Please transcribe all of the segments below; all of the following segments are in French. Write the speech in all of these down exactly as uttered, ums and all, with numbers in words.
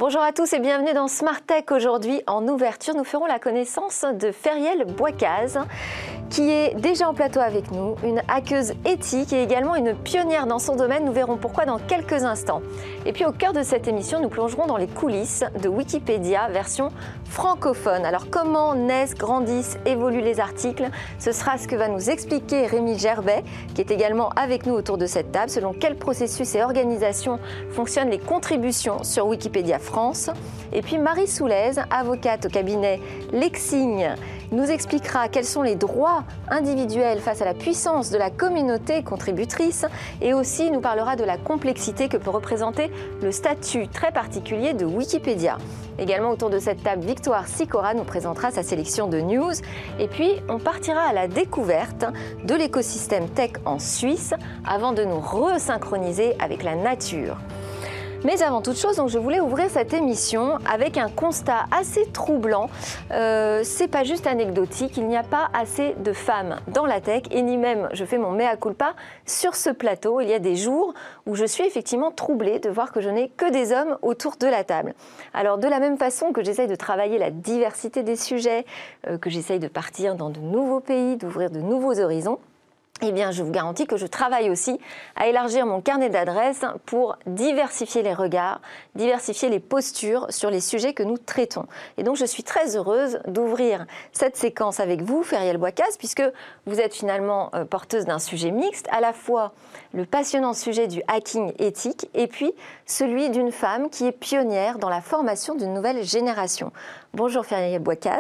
Bonjour à tous et bienvenue dans Smart Tech. Aujourd'hui, en ouverture, nous ferons la connaissance de Feriel Bouakaz, qui est déjà en plateau avec nous, une hackeuse éthique et également une pionnière dans son domaine. Nous verrons pourquoi dans quelques instants. Et puis au cœur de cette émission, nous plongerons dans les coulisses de Wikipédia version francophone. Alors comment naissent, grandissent, évoluent les articles? Ce sera ce que va nous expliquer Rémi Gerbet, qui est également avec nous autour de cette table. Selon quel processus et organisation fonctionnent les contributions sur Wikipédia France. Et puis Marie Soulez, avocate au cabinet Lexigne, nous expliquera quels sont les droits individuels face à la puissance de la communauté contributrice et aussi nous parlera de la complexité que peut représenter le statut très particulier de Wikipédia. Également autour de cette table, Victoire Sicora nous présentera sa sélection de news et puis on partira à la découverte de l'écosystème tech en Suisse avant de nous resynchroniser avec la nature. Mais avant toute chose, donc, je voulais ouvrir cette émission avec un constat assez troublant. Euh, c'est pas juste anecdotique, il n'y a pas assez de femmes dans la tech et ni même, je fais mon mea culpa, sur ce plateau. Il y a des jours où je suis effectivement troublée de voir que je n'ai que des hommes autour de la table. Alors de la même façon que j'essaye de travailler la diversité des sujets, euh, que j'essaye de partir dans de nouveaux pays, d'ouvrir de nouveaux horizons, eh bien, je vous garantis que je travaille aussi à élargir mon carnet d'adresses pour diversifier les regards, diversifier les postures sur les sujets que nous traitons. Et donc, je suis très heureuse d'ouvrir cette séquence avec vous, Feriel Bouakaz, puisque vous êtes finalement porteuse d'un sujet mixte, à la fois le passionnant sujet du hacking éthique et puis celui d'une femme qui est pionnière dans la formation d'une nouvelle génération. Bonjour Feriel Bouakaz.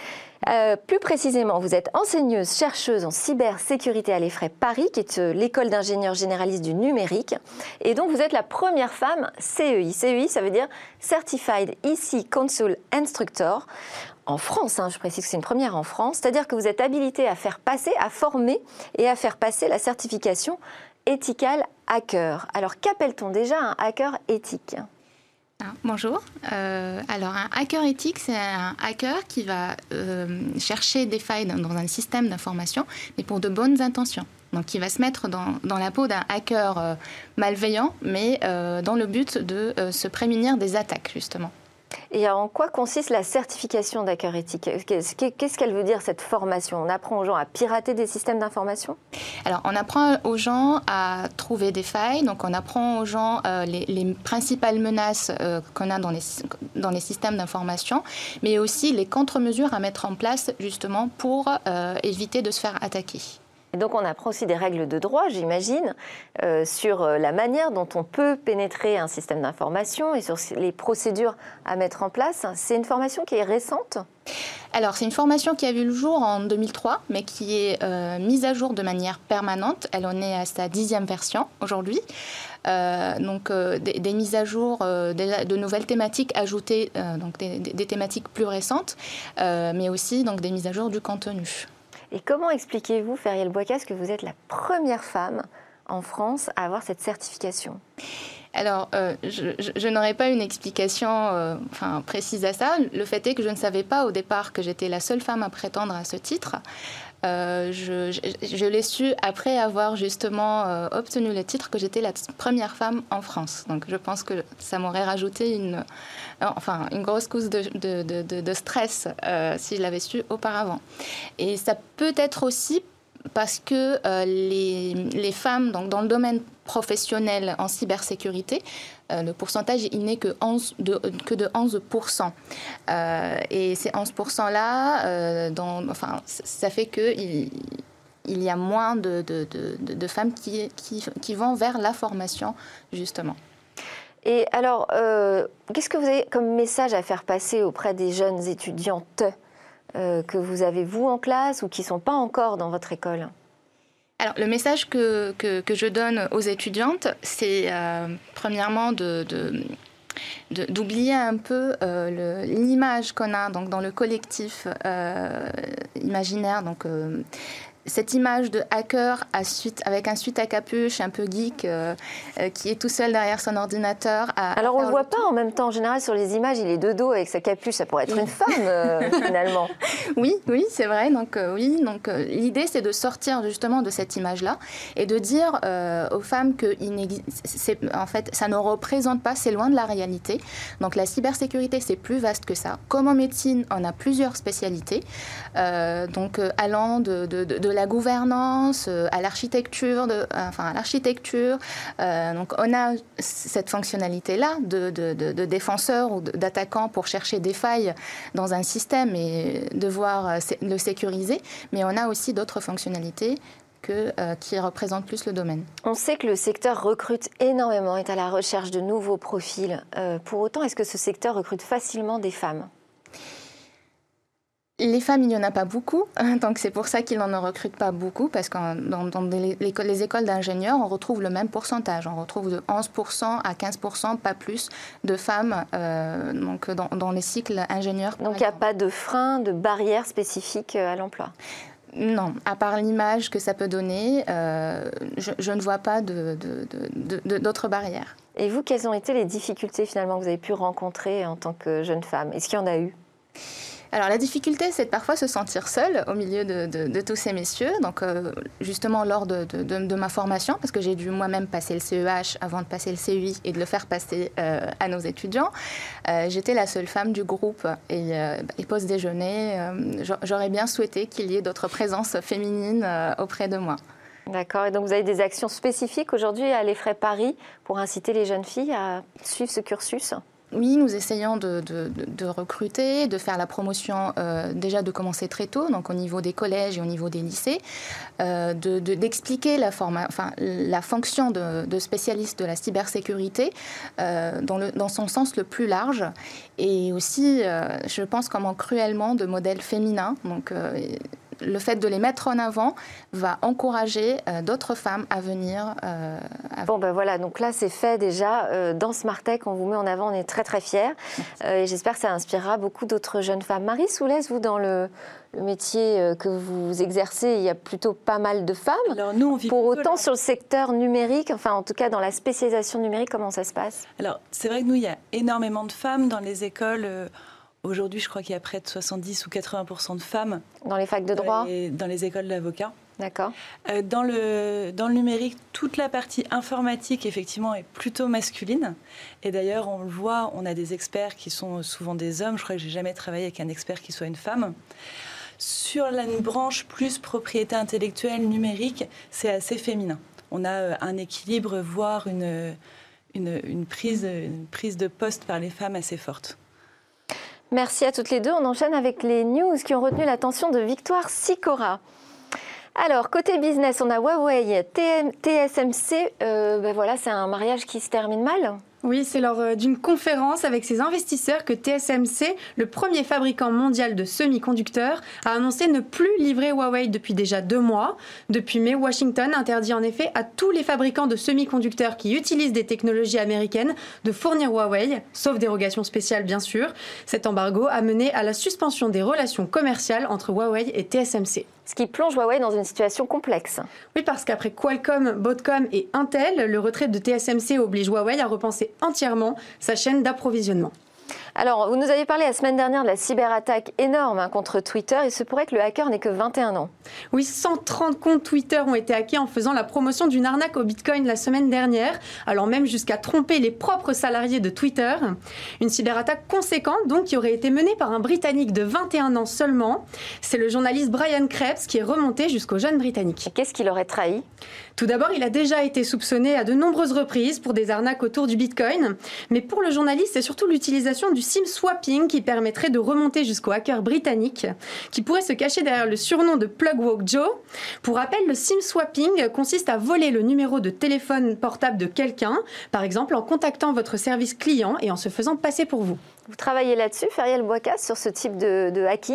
Euh, plus précisément, vous êtes enseigneuse, chercheuse en cybersécurité à l'E F R E Paris, qui est euh, l'école d'ingénieurs généralistes du numérique. Et donc, vous êtes la première femme C E I. C E I, ça veut dire Certified E C Council Instructor. En France, hein, je précise que c'est une première en France. C'est-à-dire que vous êtes habilitée à faire passer, à former et à faire passer la certification Ethical Hacker. Alors, qu'appelle-t-on déjà un hacker éthique ? Ah, bonjour. Euh, alors, un hacker éthique, c'est un hacker qui va euh, chercher des failles dans, dans un système d'information, mais pour de bonnes intentions. Donc, il va se mettre dans, dans la peau d'un hacker euh, malveillant, mais euh, dans le but de euh, se prémunir des attaques, justement. Et en quoi consiste la certification d'hacker éthique ? Qu'est-ce qu'elle veut dire, cette formation ? On apprend aux gens à pirater des systèmes d'information ? Alors, on apprend aux gens à trouver des failles. Donc, on apprend aux gens euh, les, les principales menaces euh, qu'on a dans les, dans les systèmes d'information, mais aussi les contre-mesures à mettre en place, justement, pour euh, éviter de se faire attaquer. Et donc, on apprend aussi des règles de droit, j'imagine, euh, sur la manière dont on peut pénétrer un système d'information et sur les procédures à mettre en place. C'est une formation qui est récente ? Alors, c'est une formation qui a vu le jour en deux mille trois, mais qui est euh, mise à jour de manière permanente. Elle en est à sa dixième version aujourd'hui. Euh, donc, euh, des, des mises à jour, euh, de, de nouvelles thématiques ajoutées, euh, donc des, des thématiques plus récentes, euh, mais aussi donc, des mises à jour du contenu. Et comment expliquez-vous, Feriel Bouakaz, que vous êtes la première femme en France à avoir cette certification ? Alors, euh, je, je, je n'aurais pas une explication euh, enfin, précise à ça. Le fait est que je ne savais pas au départ que j'étais la seule femme à prétendre à ce titre. Euh, je, je, je l'ai su après avoir justement euh, obtenu le titre que j'étais la première femme en France. Donc je pense que ça m'aurait rajouté une, euh, enfin, une grosse couche de, de, de, de stress euh, si je l'avais su auparavant. Et ça peut être aussi parce que euh, les, les femmes donc, dans le domaine professionnel en cybersécurité, euh, le pourcentage il n'est que, onze de, que de onze pour cent. Euh, et ces onze pour cent-là, euh, dans, enfin, ça fait qu'il il y a moins de, de, de, de femmes qui, qui, qui vont vers la formation, justement. Et alors, euh, qu'est-ce que vous avez comme message à faire passer auprès des jeunes étudiantes euh, que vous avez, vous, en classe ou qui ne sont pas encore dans votre école ? Alors, le message que, que, que je donne aux étudiantes, c'est euh, premièrement de, de, de, d'oublier un peu euh, le, l'image qu'on a donc, dans le collectif euh, imaginaire, donc, euh, cette image de hacker à suite, avec un suite à capuche un peu geek euh, euh, qui est tout seul derrière son ordinateur. À, Alors à on ne le voit tout. pas en même temps. En général, sur les images, il est de dos avec sa capuche. Ça pourrait être une femme, euh, finalement. Oui, oui, c'est vrai. Donc, euh, oui, donc euh, l'idée, c'est de sortir justement de cette image-là et de dire euh, aux femmes que il c'est, en fait, ça ne représente pas, c'est loin de la réalité. Donc la cybersécurité, c'est plus vaste que ça. Comme en médecine, on a plusieurs spécialités, euh, donc euh, allant de, de, de, de la gouvernance euh, à l'architecture, de, enfin à l'architecture. Euh, donc on a cette fonctionnalité-là de, de, de, de défenseur ou d'attaquant pour chercher des failles dans un système et devoir le sécuriser, mais on a aussi d'autres fonctionnalités que, euh, qui représentent plus le domaine. On sait que le secteur recrute énormément, est à la recherche de nouveaux profils. Euh, pour autant, est-ce que ce secteur recrute facilement des femmes ? Les femmes, il n'y en a pas beaucoup, donc c'est pour ça qu'ils n'en recrutent pas beaucoup, parce que dans, dans les, les écoles d'ingénieurs, on retrouve le même pourcentage. On retrouve de onze pour cent à quinze pour cent, pas plus, de femmes euh, donc dans, dans les cycles ingénieurs. Donc il n'y a pas de frein, de barrière spécifique à l'emploi ? Non, à part l'image que ça peut donner, euh, je, je ne vois pas de, de, de, de, d'autres barrières. Et vous, quelles ont été les difficultés finalement que vous avez pu rencontrer en tant que jeune femme ? Est-ce qu'il y en a eu ? Alors la difficulté, c'est de parfois se sentir seule au milieu de, de, de tous ces messieurs. Donc euh, justement lors de, de, de, de ma formation, parce que j'ai dû moi-même passer le C E H avant de passer le C U I et de le faire passer euh, à nos étudiants, euh, j'étais la seule femme du groupe. Et, euh, et pause-déjeuner, euh, j'aurais bien souhaité qu'il y ait d'autres présences féminines euh, auprès de moi. D'accord. Et donc vous avez des actions spécifiques aujourd'hui à l'Effray Paris pour inciter les jeunes filles à suivre ce cursus ? Oui, nous essayons de, de, de recruter, de faire la promotion, euh, déjà de commencer très tôt, donc au niveau des collèges et au niveau des lycées, euh, de, de, d'expliquer la, forma, enfin, la fonction de, de spécialiste de la cybersécurité euh, dans, le, dans son sens le plus large. Et aussi, euh, je pense qu'on manque cruellement de modèles féminins. Donc, euh, le fait de les mettre en avant va encourager euh, d'autres femmes à venir. Euh, à... Bon, ben voilà, donc là, c'est fait déjà. Euh, dans Smartech, on vous met en avant, on est très, très fiers. Euh, et j'espère que ça inspirera beaucoup d'autres jeunes femmes. Marie Soulès, vous, dans le, le métier que vous exercez, il y a plutôt pas mal de femmes. Alors nous, on vit Pour autant, là. sur le secteur numérique, enfin, en tout cas, dans la spécialisation numérique, comment ça se passe ? Alors, c'est vrai que nous, il y a énormément de femmes dans les écoles. Euh, Aujourd'hui, je crois qu'il y a près de soixante-dix ou quatre-vingts pour cent de femmes. Dans les facs de droit ? Dans les, dans les écoles d'avocats. D'accord. Euh, dans, le, dans le numérique, toute la partie informatique, effectivement, est plutôt masculine. Et d'ailleurs, on le voit, on a des experts qui sont souvent des hommes. Je crois que je n'ai jamais travaillé avec un expert qui soit une femme. Sur la branche plus propriété intellectuelle numérique, c'est assez féminin. On a un équilibre, voire une, une, une, prise, une prise de poste par les femmes assez forte. Merci à toutes les deux. On enchaîne avec les news qui ont retenu l'attention de Victoire Sicora. Alors, côté business, on a Huawei, T S M C. Euh, ben voilà, c'est un mariage qui se termine mal. Oui, c'est lors d'une conférence avec ses investisseurs que T S M C, le premier fabricant mondial de semi-conducteurs, a annoncé ne plus livrer Huawei depuis déjà deux mois. Depuis mai, Washington interdit en effet à tous les fabricants de semi-conducteurs qui utilisent des technologies américaines de fournir Huawei, sauf dérogation spéciale bien sûr. Cet embargo a mené à la suspension des relations commerciales entre Huawei et T S M C. Ce qui plonge Huawei dans une situation complexe. Oui, parce qu'après Qualcomm, Broadcom et Intel, le retrait de T S M C oblige Huawei à repenser entièrement sa chaîne d'approvisionnement. Alors, vous nous avez parlé la semaine dernière de la cyberattaque énorme hein, contre Twitter. Il se pourrait que le hacker n'ait que vingt et un ans. Oui, cent trente comptes Twitter ont été hackés en faisant la promotion d'une arnaque au Bitcoin la semaine dernière, allant même jusqu'à tromper les propres salariés de Twitter. Une cyberattaque conséquente, donc, qui aurait été menée par un Britannique de vingt et un ans seulement. C'est le journaliste Brian Krebs qui est remonté jusqu'au jeune Britannique. Et qu'est-ce qu'il aurait trahi ? Tout d'abord, il a déjà été soupçonné à de nombreuses reprises pour des arnaques autour du Bitcoin. Mais pour le journaliste, c'est surtout l'utilisation du SIM swapping qui permettrait de remonter jusqu'au hacker britannique, qui pourrait se cacher derrière le surnom de Plugwalk Joe. Pour rappel, le SIM swapping consiste à voler le numéro de téléphone portable de quelqu'un, par exemple en contactant votre service client et en se faisant passer pour vous. Vous travaillez là-dessus, Feriel Bouakas, sur ce type de, de hacking ?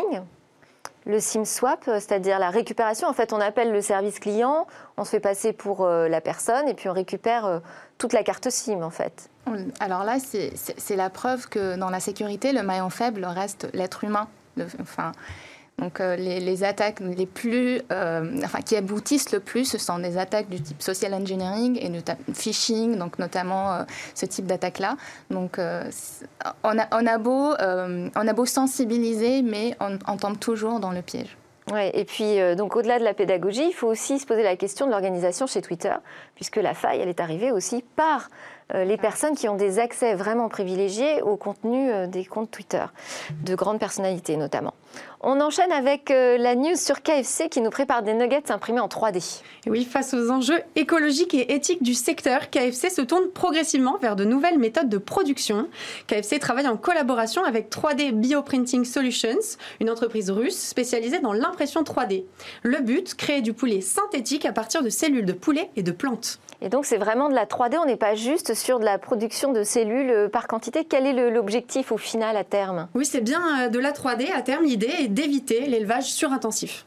Le SIM swap, c'est-à-dire la récupération. En fait, on appelle le service client, on se fait passer pour euh, la personne et puis on récupère euh, toute la carte SIM, en fait. Alors là, c'est, c'est, c'est la preuve que dans la sécurité, le maillon faible reste l'être humain. Le, enfin, Donc euh, les, les attaques les plus, euh, enfin, qui aboutissent le plus, ce sont des attaques du type social engineering et notamment phishing, donc notamment euh, ce type d'attaque-là. Donc euh, on, a, on, a beau, euh, on a beau sensibiliser, mais on, on tombe toujours dans le piège. Ouais, et puis, euh, donc, au-delà de la pédagogie, il faut aussi se poser la question de l'organisation chez Twitter, puisque la faille, elle est arrivée aussi par euh, les personnes qui ont des accès vraiment privilégiés au contenu euh, des comptes Twitter, de grandes personnalités notamment. On enchaîne avec euh, la news sur K F C qui nous prépare des nuggets imprimés en trois D. Et oui, face aux enjeux écologiques et éthiques du secteur, K F C se tourne progressivement vers de nouvelles méthodes de production. K F C travaille en collaboration avec trois D Bioprinting Solutions, une entreprise russe spécialisée dans l'impression trois D. Le but, créer du poulet synthétique à partir de cellules de poulet et de plantes. Et donc c'est vraiment de la trois D, on n'est pas juste sur de la production de cellules par quantité. Quel est l'objectif au final à terme? Oui, c'est bien de la trois D à terme. L'idée est d'éviter l'élevage surintensif.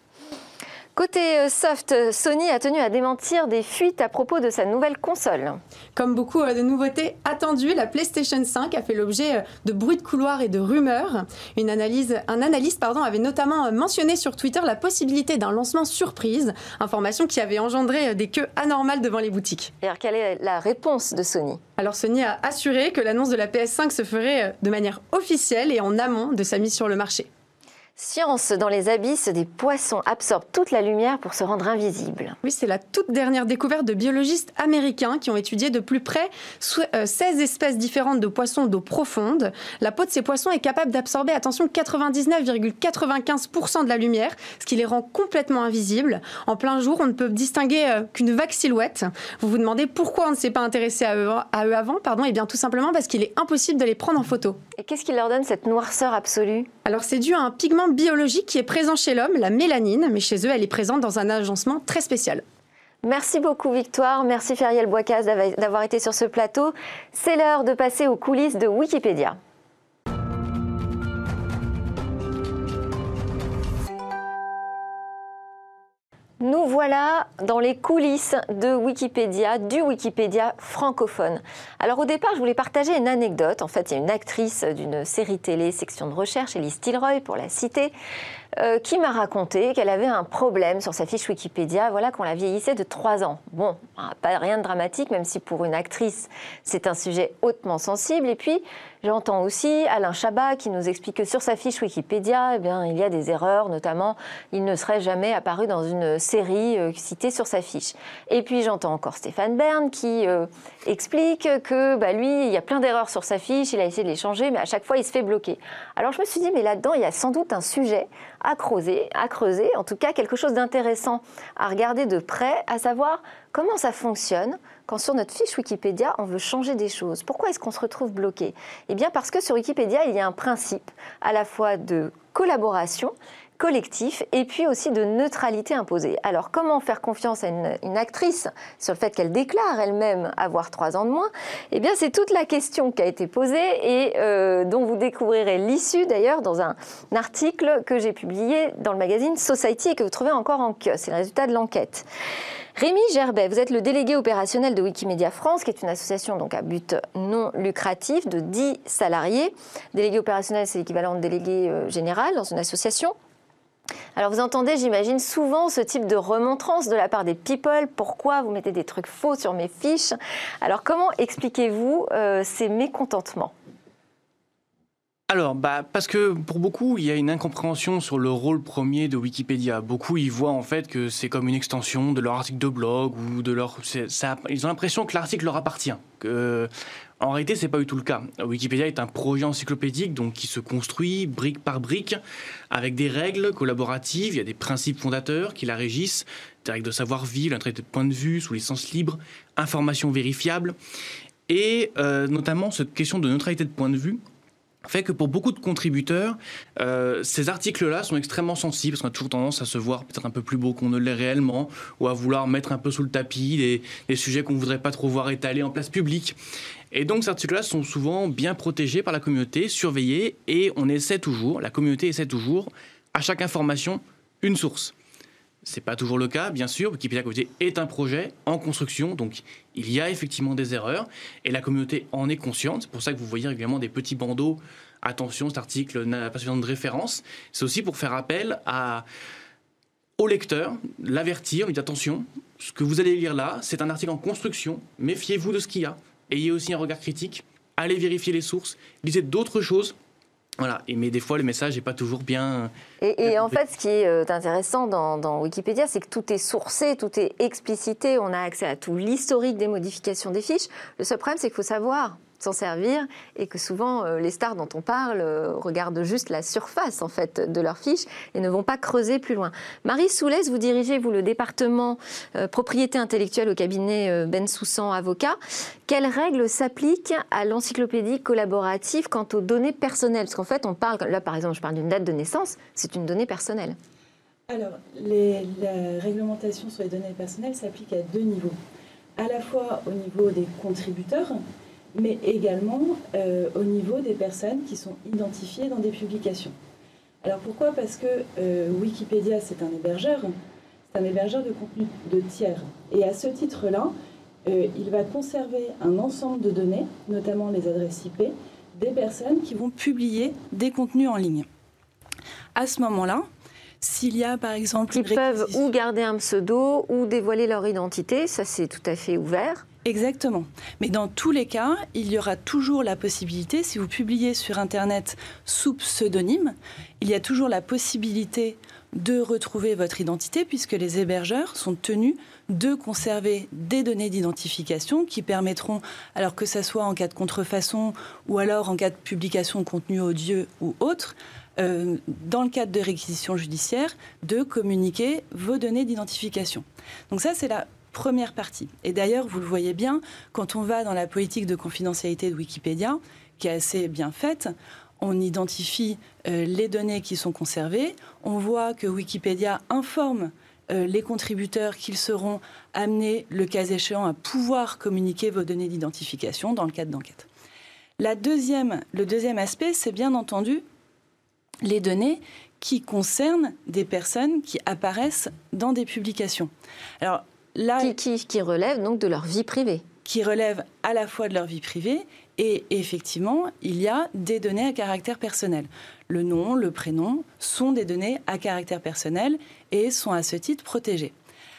Côté soft, Sony a tenu à démentir des fuites à propos de sa nouvelle console. Comme beaucoup de nouveautés attendues, la PlayStation cinq a fait l'objet de bruits de couloir et de rumeurs. Une analyse, un analyste pardon, avait notamment mentionné sur Twitter la possibilité d'un lancement surprise, information qui avait engendré des queues anormales devant les boutiques. Et alors, quelle est la réponse de Sony ? Alors Sony a assuré que l'annonce de la P S cinq se ferait de manière officielle et en amont de sa mise sur le marché. Science, dans les abysses, des poissons absorbent toute la lumière pour se rendre invisibles. Oui, c'est la toute dernière découverte de biologistes américains qui ont étudié de plus près seize espèces différentes de poissons d'eau profonde. La peau de ces poissons est capable d'absorber, attention, quatre-vingt-dix-neuf virgule quatre-vingt-quinze pour cent de la lumière, ce qui les rend complètement invisibles. En plein jour, on ne peut distinguer qu'une vague silhouette. Vous vous demandez pourquoi on ne s'est pas intéressé à eux, à eux avant? Pardon, eh bien tout simplement parce qu'il est impossible de les prendre en photo. Et qu'est-ce qui leur donne cette noirceur absolue? Alors c'est dû à un pigment biologique qui est présent chez l'homme, la mélanine, mais chez eux, elle est présente dans un agencement très spécial. Merci beaucoup Victoire, merci Feriel Boicaz d'avoir été sur ce plateau. C'est l'heure de passer aux coulisses de Wikipédia. Nous voilà dans les coulisses de Wikipédia, du Wikipédia francophone. Alors au départ, je voulais partager une anecdote. En fait, il y a une actrice d'une série télé, section de recherche, Elise Tilroy, pour la citer, euh, qui m'a raconté qu'elle avait un problème sur sa fiche Wikipédia, voilà, qu'on la vieillissait de trois ans. Bon, pas rien de dramatique, même si pour une actrice, c'est un sujet hautement sensible. Et puis, j'entends aussi Alain Chabat qui nous explique que sur sa fiche Wikipédia, eh bien, il y a des erreurs, notamment, il ne serait jamais apparu dans une série euh, citée sur sa fiche. Et puis, j'entends encore Stéphane Bern qui euh, explique que bah, lui, il y a plein d'erreurs sur sa fiche, il a essayé de les changer, mais à chaque fois, il se fait bloquer. Alors, je me suis dit, mais là-dedans, il y a sans doute un sujet à creuser, à creuser, en tout cas, quelque chose d'intéressant à regarder de près, à savoir comment ça fonctionne quand sur notre fiche Wikipédia, on veut changer des choses. Pourquoi est-ce qu'on se retrouve bloqué? Eh bien parce que sur Wikipédia, il y a un principe à la fois de collaboration, collectif et puis aussi de neutralité imposée. Alors comment faire confiance à une, une actrice sur le fait qu'elle déclare elle-même avoir trois ans de moins? Eh bien c'est toute la question qui a été posée et euh, dont vous découvrirez l'issue d'ailleurs dans un, un article que j'ai publié dans le magazine Society et que vous trouvez encore en kiosque. C'est le résultat de l'enquête. Rémi Gerbet, vous êtes le délégué opérationnel de Wikimedia France, qui est une association donc à but non lucratif de dix salariés. Délégué opérationnel, c'est l'équivalent de délégué euh, général dans une association. Alors vous entendez, j'imagine, souvent ce type de remontrance de la part des people. Pourquoi vous mettez des trucs faux sur mes fiches? Alors comment expliquez-vous euh, ces mécontentements? Alors, bah, parce que pour beaucoup, il y a une incompréhension sur le rôle premier de Wikipédia. Beaucoup, ils voient en fait que c'est comme une extension de leur article de blog ou de leur... Ça, ils ont l'impression que l'article leur appartient. Que, en réalité, c'est pas du tout le cas. Wikipédia est un projet encyclopédique donc, qui se construit brique par brique avec des règles collaboratives. Il y a des principes fondateurs qui la régissent, des règles de savoir-vivre, un traité de point de vue sous licence libre, information vérifiable. Et euh, notamment, cette question de neutralité de point de vue fait que pour beaucoup de contributeurs, euh, ces articles-là sont extrêmement sensibles, parce qu'on a toujours tendance à se voir peut-être un peu plus beau qu'on ne l'est réellement, ou à vouloir mettre un peu sous le tapis des, des sujets qu'on ne voudrait pas trop voir étalés en place publique. Et donc ces articles-là sont souvent bien protégés par la communauté, surveillés, et on essaie toujours, la communauté essaie toujours, à chaque information, une source. Ce n'est pas toujours le cas, bien sûr. Wikipédia Communauté est un projet en construction, donc il y a effectivement des erreurs, et la communauté en est consciente. C'est pour ça que vous voyez régulièrement des petits bandeaux attention, cet article n'a pas suffisamment de références. C'est aussi pour faire appel à, au lecteur, l'avertir, lui dire attention, ce que vous allez lire là, c'est un article en construction, méfiez-vous de ce qu'il y a. Ayez aussi un regard critique, allez vérifier les sources, lisez d'autres choses. Voilà, et mais des fois le message n'est pas toujours bien... Et, et en fait, ce qui est intéressant dans, dans Wikipédia, c'est que tout est sourcé, tout est explicité, on a accès à tout l'historique des modifications des fiches. Le seul problème, c'est qu'il faut savoir s'en servir et que souvent euh, les stars dont on parle euh, regardent juste la surface en fait de leurs fiches et ne vont pas creuser plus loin. Marie Soulès, vous dirigez vous le département euh, propriété intellectuelle au cabinet euh, Bensoussan Avocat. Quelles règles s'appliquent à l'encyclopédie collaborative quant aux données personnelles? Parce qu'en fait, on parle là par exemple, je parle d'une date de naissance, c'est une donnée personnelle. Alors, les, la réglementation sur les données personnelles s'applique à deux niveaux. À la fois au niveau des contributeurs, mais également euh, au niveau des personnes qui sont identifiées dans des publications. Alors pourquoi? Parce que euh, Wikipédia, c'est un hébergeur, c'est un hébergeur de contenu de tiers. Et à ce titre-là, euh, il va conserver un ensemble de données, notamment les adresses I P, des personnes qui vont publier des contenus en ligne. À ce moment-là, s'il y a par exemple... Ils peuvent ou garder un pseudo ou dévoiler leur identité, ça c'est tout à fait ouvert. Exactement. Mais dans tous les cas, il y aura toujours la possibilité, si vous publiez sur Internet sous pseudonyme, il y a toujours la possibilité de retrouver votre identité puisque les hébergeurs sont tenus de conserver des données d'identification qui permettront, alors que ce soit en cas de contrefaçon ou alors en cas de publication de contenu odieux ou autre, euh, dans le cadre de réquisition judiciaire, de communiquer vos données d'identification. Donc ça, c'est la première partie. Et d'ailleurs, vous le voyez bien, quand on va dans la politique de confidentialité de Wikipédia, qui est assez bien faite, on identifie euh, les données qui sont conservées, on voit que Wikipédia informe euh, les contributeurs qu'ils seront amenés, le cas échéant, à pouvoir communiquer vos données d'identification dans le cadre d'enquête. La deuxième, le deuxième aspect, c'est bien entendu les données qui concernent des personnes qui apparaissent dans des publications. Alors, Là, qui, qui, qui relèvent donc de leur vie privée. Qui relèvent à la fois de leur vie privée et effectivement, il y a des données à caractère personnel. Le nom, le prénom sont des données à caractère personnel et sont à ce titre protégées.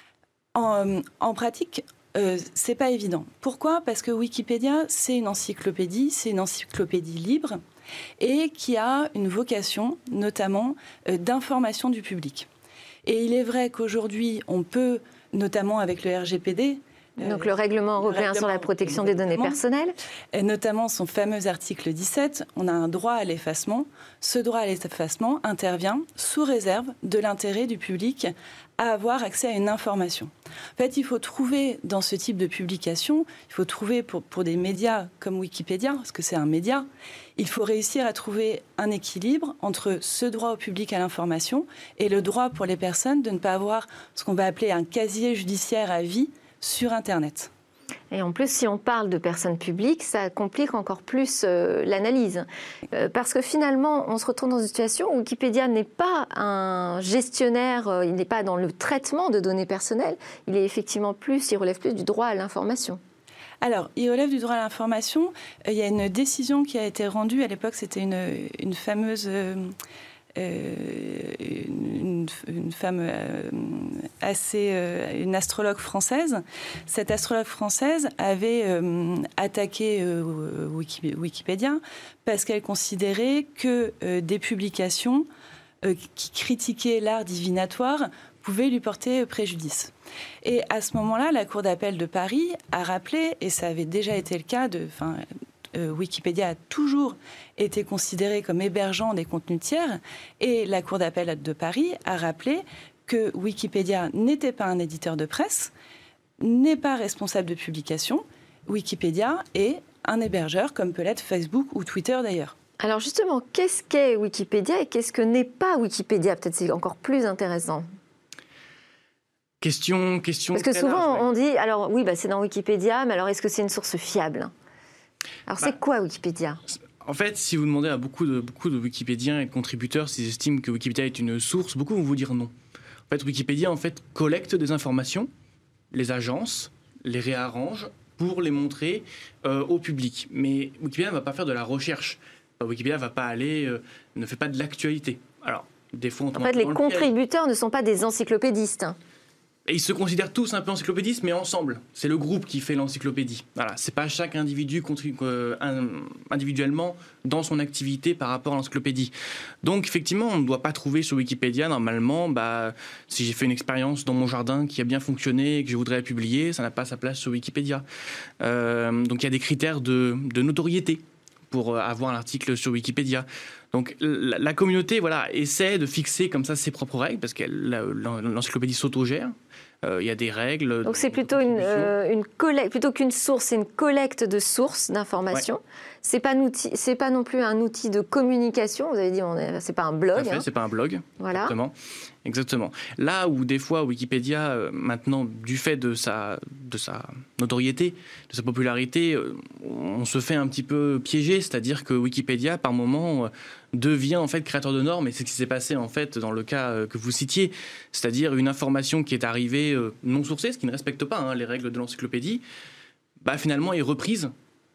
En, en pratique, euh, c'est pas évident. Pourquoi? Parce que Wikipédia, c'est une encyclopédie, c'est une encyclopédie libre et qui a une vocation notamment euh, d'information du public. Et il est vrai qu'aujourd'hui, on peut notamment avec le R G P D. Donc euh, le règlement européen le règlement, sur la protection des données personnelles. Et notamment son fameux article dix-sept, on a un droit à l'effacement. Ce droit à l'effacement intervient sous réserve de l'intérêt du public à avoir accès à une information. En fait, il faut trouver dans ce type de publication, il faut trouver pour, pour des médias comme Wikipédia, parce que c'est un média, il faut réussir à trouver un équilibre entre ce droit au public à l'information et le droit pour les personnes de ne pas avoir ce qu'on va appeler un casier judiciaire à vie sur Internet. Et en plus, si on parle de personnes publiques, ça complique encore plus euh, l'analyse. Euh, parce que finalement, on se retrouve dans une situation où Wikipédia n'est pas un gestionnaire, euh, il n'est pas dans le traitement de données personnelles, il est effectivement plus, il relève plus du droit à l'information. Alors, il relève du droit à l'information. Euh, il y a une décision qui a été rendue, à l'époque, c'était une, une fameuse... Euh, Euh, une, une femme euh, assez, euh, une astrologue française. Cette astrologue française avait euh, attaqué euh, Wikipédia parce qu'elle considérait que euh, des publications euh, qui critiquaient l'art divinatoire pouvaient lui porter préjudice. Et à ce moment-là, la Cour d'appel de Paris a rappelé, et ça avait déjà été le cas de... Enfin, Euh, Wikipédia a toujours été considéré comme hébergeant des contenus tiers et la Cour d'appel de Paris a rappelé que Wikipédia n'était pas un éditeur de presse, n'est pas responsable de publication. Wikipédia est un hébergeur comme peut l'être Facebook ou Twitter d'ailleurs. Alors justement, qu'est-ce qu'est Wikipédia et qu'est-ce que n'est pas Wikipédia? Peut-être c'est encore plus intéressant. Question, question. Parce que souvent large, ouais. on dit, alors oui, bah, c'est dans Wikipédia, mais alors est-ce que c'est une source fiable? Alors bah, c'est quoi Wikipédia? En fait, si vous demandez à beaucoup de, beaucoup de Wikipédiens et de contributeurs s'ils estiment que Wikipédia est une source, beaucoup vont vous dire non. En fait, Wikipédia en fait, collecte des informations, les agences, les réarrange pour les montrer euh, au public. Mais Wikipédia ne va pas faire de la recherche. Bah, Wikipédia va pas aller, euh, ne fait pas de l'actualité. Alors, des fois, on tombe En fait, un peu les dans le piège. contributeurs ne sont pas des encyclopédistes. Et ils se considèrent tous un peu encyclopédistes, mais ensemble. C'est le groupe qui fait l'encyclopédie. Voilà, c'est pas chaque individu contribu- euh, un- individuellement dans son activité par rapport à l'encyclopédie. Donc effectivement, on ne doit pas trouver sur Wikipédia, normalement, bah, si j'ai fait une expérience dans mon jardin qui a bien fonctionné et que je voudrais la publier, ça n'a pas sa place sur Wikipédia. Euh, donc il y a des critères de, de notoriété pour avoir un article sur Wikipédia. Donc la, la communauté voilà, essaie de fixer comme ça ses propres règles, parce que la- l'encyclopédie s'autogère. Euh, il y a des règles. Donc c'est plutôt une, euh, une collecte, plutôt qu'une source, c'est une collecte de sources d'informations. Ouais. C'est pas un outil, c'est pas non plus un outil de communication. Vous avez dit, on est, c'est pas un blog. Tout à fait, hein. C'est pas un blog. Voilà. Exactement. Exactement. Là où des fois Wikipédia, euh, maintenant, du fait de sa, de sa notoriété, de sa popularité, euh, on se fait un petit peu piéger, c'est-à-dire que Wikipédia, par moment, euh, devient en fait créateur de normes, et c'est ce qui s'est passé en fait dans le cas euh, que vous citiez, c'est-à-dire une information qui est arrivée euh, non sourcée, ce qui ne respecte pas hein, les règles de l'encyclopédie, bah, finalement est reprise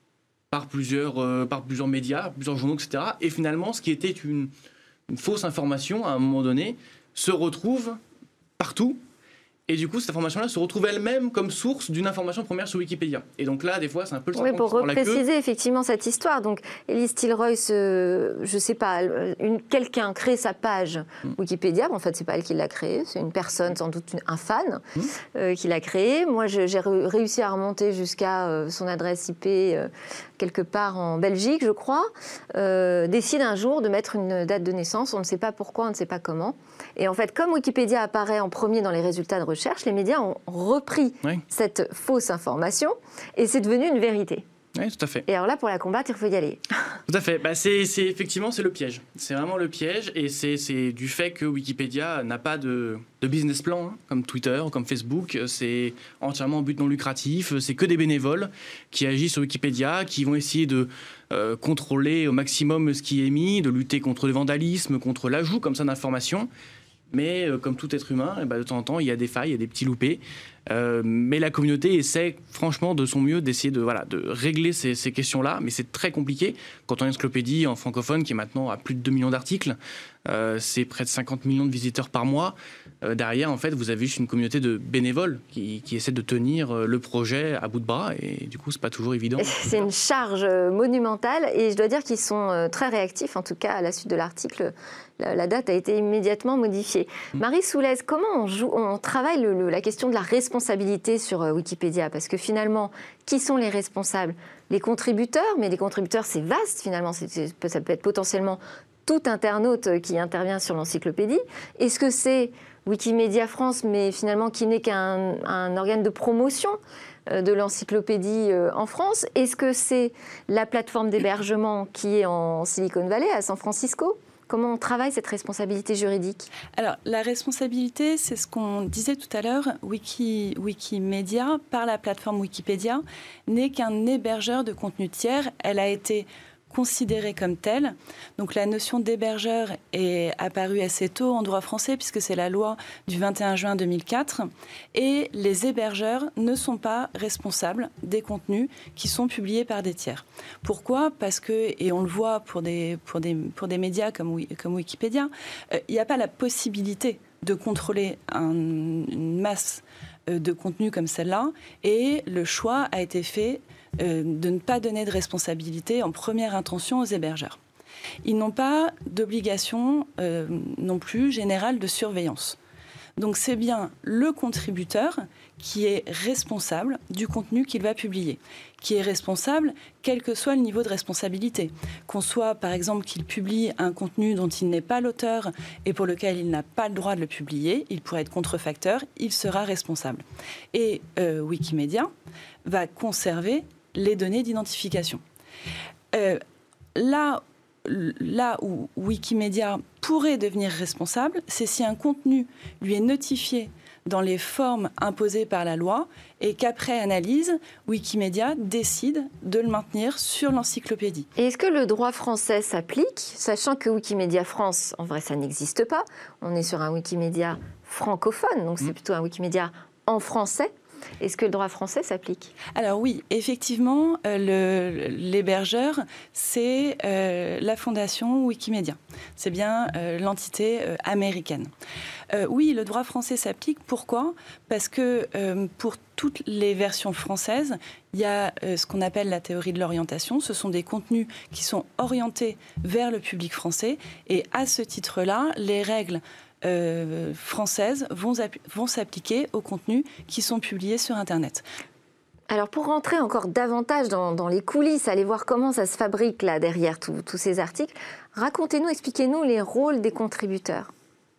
par plusieurs, euh, par plusieurs médias, plusieurs journaux, et cetera. Et finalement, ce qui était une, une fausse information à un moment donné se retrouve partout. Et du coup, cette information-là se retrouve elle-même comme source d'une information première sur Wikipédia. Et donc là, des fois, c'est un peu le serpent Oui, pour qui se mord la queue. repréciser effectivement cette histoire. Donc, Elise Tilroy, euh, je ne sais pas, une, quelqu'un crée sa page mm. Wikipédia. Bon, en fait, ce n'est pas elle qui l'a créée, c'est une personne, sans doute une, un fan, mm. euh, qui l'a créée. Moi, je, j'ai réussi à remonter jusqu'à euh, son adresse I P euh, quelque part en Belgique, je crois. Euh, décide un jour de mettre une date de naissance. On ne sait pas pourquoi, on ne sait pas comment. Et en fait, comme Wikipédia apparaît en premier dans les résultats de recherche, les médias ont repris oui. cette fausse information et c'est devenu une vérité. Oui, tout à fait. Et alors là, pour la combattre, il faut y aller. Tout à fait. Bah, c'est, c'est, effectivement, c'est le piège. C'est vraiment le piège et c'est, c'est du fait que Wikipédia n'a pas de, de business plan, hein, comme Twitter, comme Facebook. C'est entièrement en but non lucratif. C'est que des bénévoles qui agissent sur Wikipédia, qui vont essayer de euh, contrôler au maximum ce qui est mis, de lutter contre le vandalisme, contre l'ajout comme ça d'informations. Mais euh, comme tout être humain, eh ben, de temps en temps, il y a des failles, il y a des petits loupés. Euh, mais la communauté essaie franchement de son mieux d'essayer de, voilà, de régler ces, ces questions-là. Mais c'est très compliqué. Quand on a une encyclopédie en francophone qui est maintenant à plus de deux millions d'articles, euh, c'est près de cinquante millions de visiteurs par mois. Euh, derrière, en fait, vous avez juste une communauté de bénévoles qui, qui essaient de tenir le projet à bout de bras. Et du coup, c'est pas toujours évident. C'est une charge monumentale. Et je dois dire qu'ils sont très réactifs, en tout cas à la suite de l'article. La date a été immédiatement modifiée. Mmh. Marie Soulez, comment on, joue, on travaille le, le, la question de la responsabilité sur Wikipédia ? Parce que finalement, qui sont les responsables ? Les contributeurs, mais les contributeurs, c'est vaste finalement. C'est, c'est, ça peut être potentiellement tout internaute qui intervient sur l'encyclopédie. Est-ce que c'est Wikimedia France, mais finalement qui n'est qu'un un organe de promotion de l'encyclopédie en France ? Est-ce que c'est la plateforme d'hébergement qui est en Silicon Valley, à San Francisco ? Comment on travaille cette responsabilité juridique ? Alors, la responsabilité, c'est ce qu'on disait tout à l'heure. Wiki, Wikimedia, par la plateforme Wikipédia, n'est qu'un hébergeur de contenu tiers. Elle a été considérée comme telle. Donc la notion d'hébergeur est apparue assez tôt en droit français, puisque c'est la loi du vingt et un juin deux mille quatre. Et les hébergeurs ne sont pas responsables des contenus qui sont publiés par des tiers. Pourquoi ? Parce que, et on le voit pour des, pour des, pour des médias comme, comme Wikipédia, euh, il n'y a pas la possibilité de contrôler un, une masse de contenus comme celle-là. Et le choix a été fait Euh, de ne pas donner de responsabilité en première intention aux hébergeurs. Ils n'ont pas d'obligation euh, non plus générale de surveillance. Donc c'est bien le contributeur qui est responsable du contenu qu'il va publier, qui est responsable quel que soit le niveau de responsabilité. Qu'on soit par exemple qu'il publie un contenu dont il n'est pas l'auteur et pour lequel il n'a pas le droit de le publier, il pourrait être contrefacteur, il sera responsable. Et euh, Wikimedia va conserver les données d'identification. Euh, là, là où Wikimedia pourrait devenir responsable, c'est si un contenu lui est notifié dans les formes imposées par la loi et qu'après analyse, Wikimedia décide de le maintenir sur l'encyclopédie. Et est-ce que le droit français s'applique, sachant que Wikimedia France, en vrai, ça n'existe pas. On est sur un Wikimedia francophone, donc c'est plutôt un Wikimedia en français. Est-ce que le droit français s'applique ? Alors oui, effectivement, euh, le, l'hébergeur, c'est euh, la fondation Wikimedia. C'est bien euh, l'entité euh, américaine. Euh, oui, le droit français s'applique. Pourquoi ? Parce que euh, pour toutes les versions françaises, il y a euh, ce qu'on appelle la théorie de l'orientation. Ce sont des contenus qui sont orientés vers le public français. Et à ce titre-là, les règles euh, françaises vont, vont s'appliquer aux contenus qui sont publiés sur Internet. Alors pour rentrer encore davantage dans, dans les coulisses, aller voir comment ça se fabrique là derrière tous ces articles, racontez-nous, expliquez-nous les rôles des contributeurs.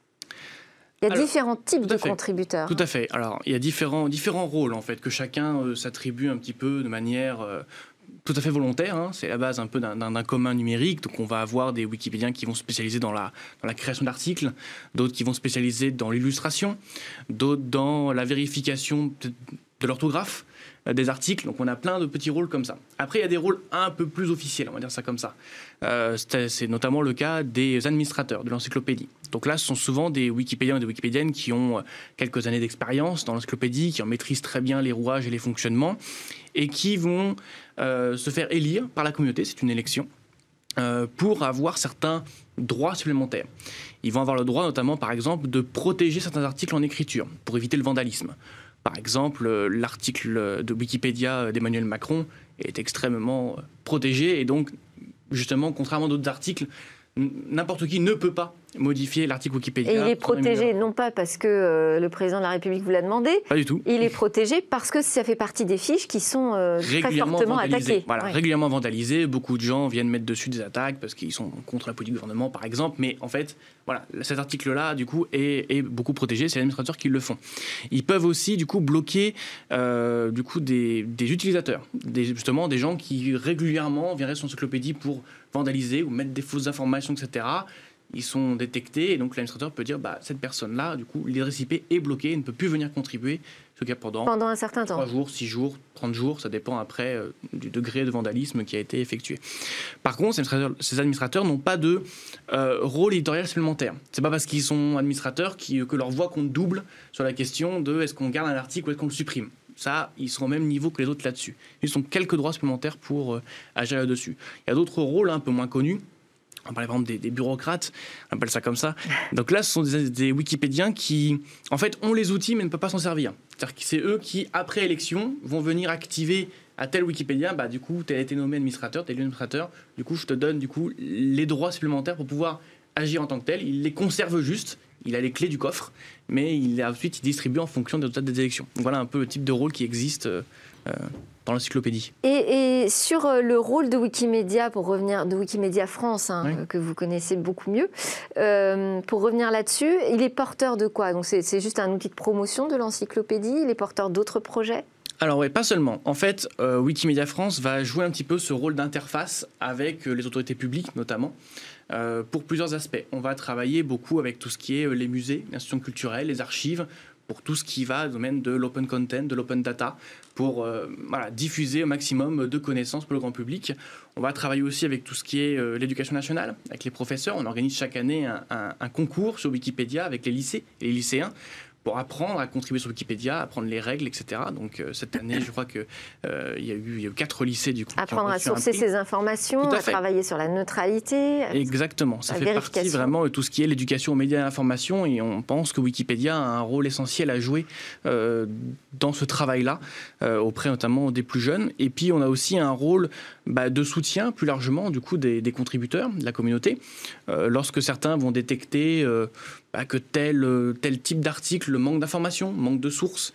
Il y a Alors, différents types de fait. contributeurs. Tout à fait. Alors, il y a différents, différents rôles, en fait, que chacun euh, s'attribue un petit peu de manière euh, tout à fait volontaire. Hein. C'est la base un peu d'un, d'un commun numérique. Donc, on va avoir des Wikipédiens qui vont se spécialiser dans la, dans la création d'articles, d'autres qui vont se spécialiser dans l'illustration, d'autres dans la vérification de, de l'orthographe des articles, donc on a plein de petits rôles comme ça. Après, il y a des rôles un peu plus officiels, on va dire ça comme ça. Euh, c'est, c'est notamment le cas des administrateurs de l'encyclopédie. Donc là, ce sont souvent des Wikipédiens et des Wikipédiennes qui ont quelques années d'expérience dans l'encyclopédie, qui en maîtrisent très bien les rouages et les fonctionnements, et qui vont euh, se faire élire par la communauté, c'est une élection, euh, pour avoir certains droits supplémentaires. Ils vont avoir le droit, notamment, par exemple, de protéger certains articles en écriture, pour éviter le vandalisme. Par exemple, l'article de Wikipédia d'Emmanuel Macron est extrêmement protégé et donc, justement, contrairement à d'autres articles, n'importe qui ne peut pas modifier l'article Wikipédia. Et il est protégé non pas parce que euh, le président de la République vous l'a demandé. Pas du tout. Il est protégé parce que ça fait partie des fiches qui sont euh, très fortement attaquées. Voilà, oui. Régulièrement vandalisées. Beaucoup de gens viennent mettre dessus des attaques parce qu'ils sont contre la politique du gouvernement, par exemple. Mais en fait, voilà, cet article-là, du coup, est, est beaucoup protégé. C'est les administrateurs qui le font. Ils peuvent aussi, du coup, bloquer euh, du coup, des, des utilisateurs, des, justement des gens qui régulièrement viendraient sur l'encyclopédie pour vandaliser ou mettre des fausses informations, et cetera. Ils sont détectés et donc l'administrateur peut dire bah, cette personne-là, du coup, l'adresse I P est bloquée, ne peut plus venir contribuer, ce cas pendant, pendant un certain temps. trois jours, six jours, trente jours, ça dépend après euh, du degré de vandalisme qui a été effectué. Par contre, ces administrateurs, ces administrateurs n'ont pas de euh, rôle éditorial supplémentaire. C'est pas parce qu'ils sont administrateurs qui, que leur voix compte double sur la question de est-ce qu'on garde un article ou est-ce qu'on le supprime. Ça, ils sont au même niveau que les autres là-dessus. Ils ont quelques droits supplémentaires pour euh, agir là-dessus. Il y a d'autres rôles un peu moins connus. On parlait par exemple des, des bureaucrates, on appelle ça comme ça. Donc là, ce sont des, des Wikipédiens qui, en fait, ont les outils mais ne peuvent pas s'en servir. C'est-à-dire que c'est eux qui, après élection, vont venir activer à tel Wikipédien, bah, du coup, tu as été nommé administrateur, tu es administrateur, du coup, je te donne du coup, les droits supplémentaires pour pouvoir agir en tant que tel. Il les conserve juste, il a les clés du coffre, mais il, ensuite, il distribue en fonction des résultats des élections. Donc voilà un peu le type de rôle qui existe euh, dans l'encyclopédie. Et, et sur le rôle de Wikimedia, pour revenir, de Wikimedia France, hein, oui. que vous connaissez beaucoup mieux, euh, pour revenir là-dessus, il est porteur de quoi ? Donc c'est, c'est juste un outil de promotion de l'encyclopédie ? Il est porteur d'autres projets ? Alors oui, pas seulement. En fait, euh, Wikimedia France va jouer un petit peu ce rôle d'interface avec euh, les autorités publiques notamment, euh, pour plusieurs aspects. On va travailler beaucoup avec tout ce qui est euh, les musées, les institutions culturelles, les archives, pour tout ce qui va au domaine de l'open content, de l'open data, pour euh, voilà, diffuser au maximum de connaissances pour le grand public. On va travailler aussi avec tout ce qui est euh, l'éducation nationale, avec les professeurs. On organise chaque année un, un, un concours sur Wikipédia avec les lycées et les lycéens, pour apprendre à contribuer sur Wikipédia, apprendre les règles, et cetera. Donc euh, cette année, je crois qu'il euh, y, y a eu quatre lycées du coup. Apprendre à sourcer ces informations, à, à travailler sur la neutralité. Exactement, ça fait partie vraiment de tout ce qui est l'éducation aux médias et à l'information, et on pense que Wikipédia a un rôle essentiel à jouer euh, dans ce travail-là, euh, auprès notamment des plus jeunes. Et puis on a aussi un rôle bah, de soutien plus largement du coup des, des contributeurs, de la communauté, euh, lorsque certains vont détecter euh, bah, que tel, tel type d'article manque d'informations, manque de sources.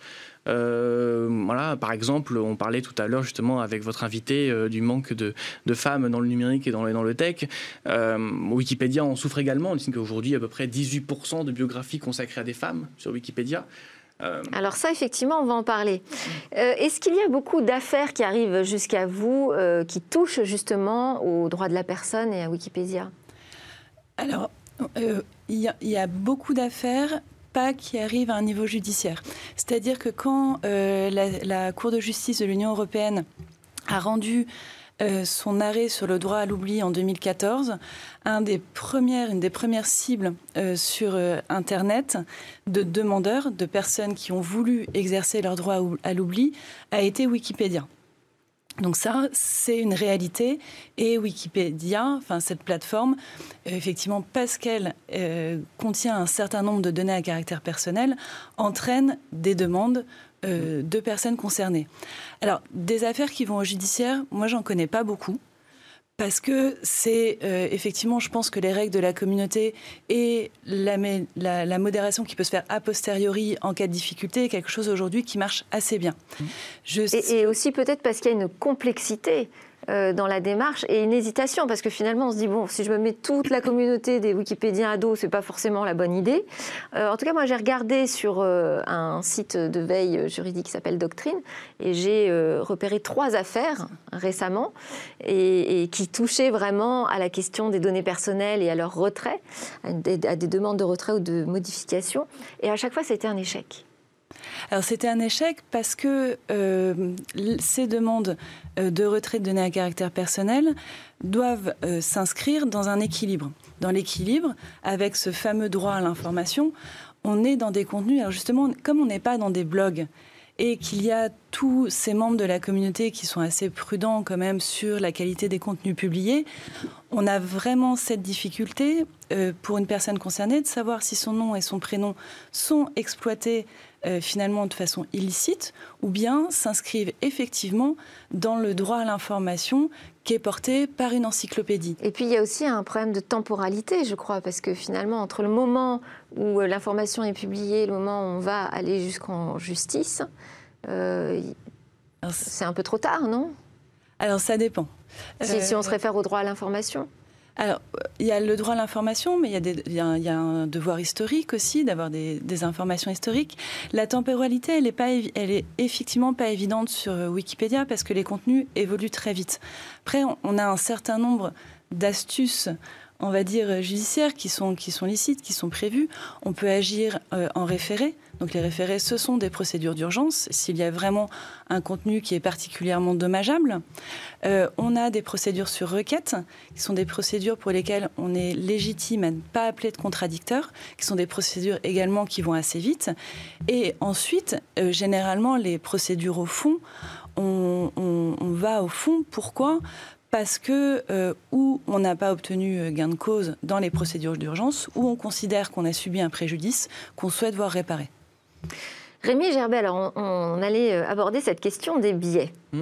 Euh, voilà, par exemple, on parlait tout à l'heure justement avec votre invité euh, du manque de, de femmes dans le numérique et dans le, dans le tech. Euh, Wikipédia en souffre également. On dit qu'aujourd'hui, il y a à peu près dix-huit pour cent de biographies consacrées à des femmes sur Wikipédia. Euh... Alors ça, effectivement, on va en parler. Euh, est-ce qu'il y a beaucoup d'affaires qui arrivent jusqu'à vous, euh, qui touchent justement aux droits de la personne et à Wikipédia ? Alors, euh, il y a, il y a beaucoup d'affaires pas qui arrivent à un niveau judiciaire. C'est-à-dire que quand euh, la, la Cour de justice de l'Union européenne a rendu euh, son arrêt sur le droit à l'oubli en deux mille quatorze, un des premières, une des premières cibles euh, sur euh, Internet de demandeurs, de personnes qui ont voulu exercer leur droit à l'oubli, a été Wikipédia. Donc ça, c'est une réalité. Et Wikipédia, enfin cette plateforme, euh, effectivement, parce qu'elle euh, contient un certain nombre de données à caractère personnel, entraîne des demandes euh, de personnes concernées. Alors, des affaires qui vont au judiciaire, moi, j'en connais pas beaucoup. Parce que c'est euh, effectivement, je pense que les règles de la communauté et la, la, la modération qui peut se faire a posteriori en cas de difficulté est quelque chose aujourd'hui qui marche assez bien. Je... Et, et aussi peut-être parce qu'il y a une complexité euh, dans la démarche et une hésitation, parce que finalement on se dit, bon, si je me mets toute la communauté des Wikipédiens à dos, c'est pas forcément la bonne idée. Euh, en tout cas, moi j'ai regardé sur euh, un site de veille juridique qui s'appelle Doctrine, et j'ai euh, repéré trois affaires récemment, et, et qui touchaient vraiment à la question des données personnelles et à leur retrait, à des, à des demandes de retrait ou de modification, et à chaque fois c'était un échec. Alors c'était un échec parce que euh, ces demandes de retrait de données à caractère personnel doivent euh, s'inscrire dans un équilibre. Dans l'équilibre, avec ce fameux droit à l'information, on est dans des contenus, alors justement, comme on n'est pas dans des blogs, et qu'il y a tous ces membres de la communauté qui sont assez prudents quand même sur la qualité des contenus publiés, on a vraiment cette difficulté euh, pour une personne concernée de savoir si son nom et son prénom sont exploités euh, finalement de façon illicite ou bien s'inscrivent effectivement dans le droit à l'information qui est porté par une encyclopédie. Et puis il y a aussi un problème de temporalité, je crois, parce que finalement, entre le moment où l'information est publiée et le moment où on va aller jusqu'en justice, euh, c'est un peu trop tard, non ? Alors ça dépend. Si, euh, si on se réfère au droit à l'information ? Alors, il y a le droit à l'information, mais il y a, des, il y a, un, il y a un devoir historique aussi, d'avoir des, des informations historiques. La temporalité, elle est, pas, elle est effectivement pas évidente sur Wikipédia parce que les contenus évoluent très vite. Après, on, on a un certain nombre d'astuces, on va dire, judiciaires qui sont, qui sont licites, qui sont prévues. On peut agir euh, en référé. Donc les référés, ce sont des procédures d'urgence, s'il y a vraiment un contenu qui est particulièrement dommageable. Euh, on a des procédures sur requête, qui sont des procédures pour lesquelles on est légitime à ne pas appeler de contradicteur, qui sont des procédures également qui vont assez vite. Et ensuite, euh, généralement, les procédures au fond, on, on, on va au fond. Pourquoi ? Parce que euh, ou on n'a pas obtenu gain de cause dans les procédures d'urgence, ou on considère qu'on a subi un préjudice qu'on souhaite voir réparé. Rémi Gerbet, alors on, on allait aborder cette question des biais. Mmh.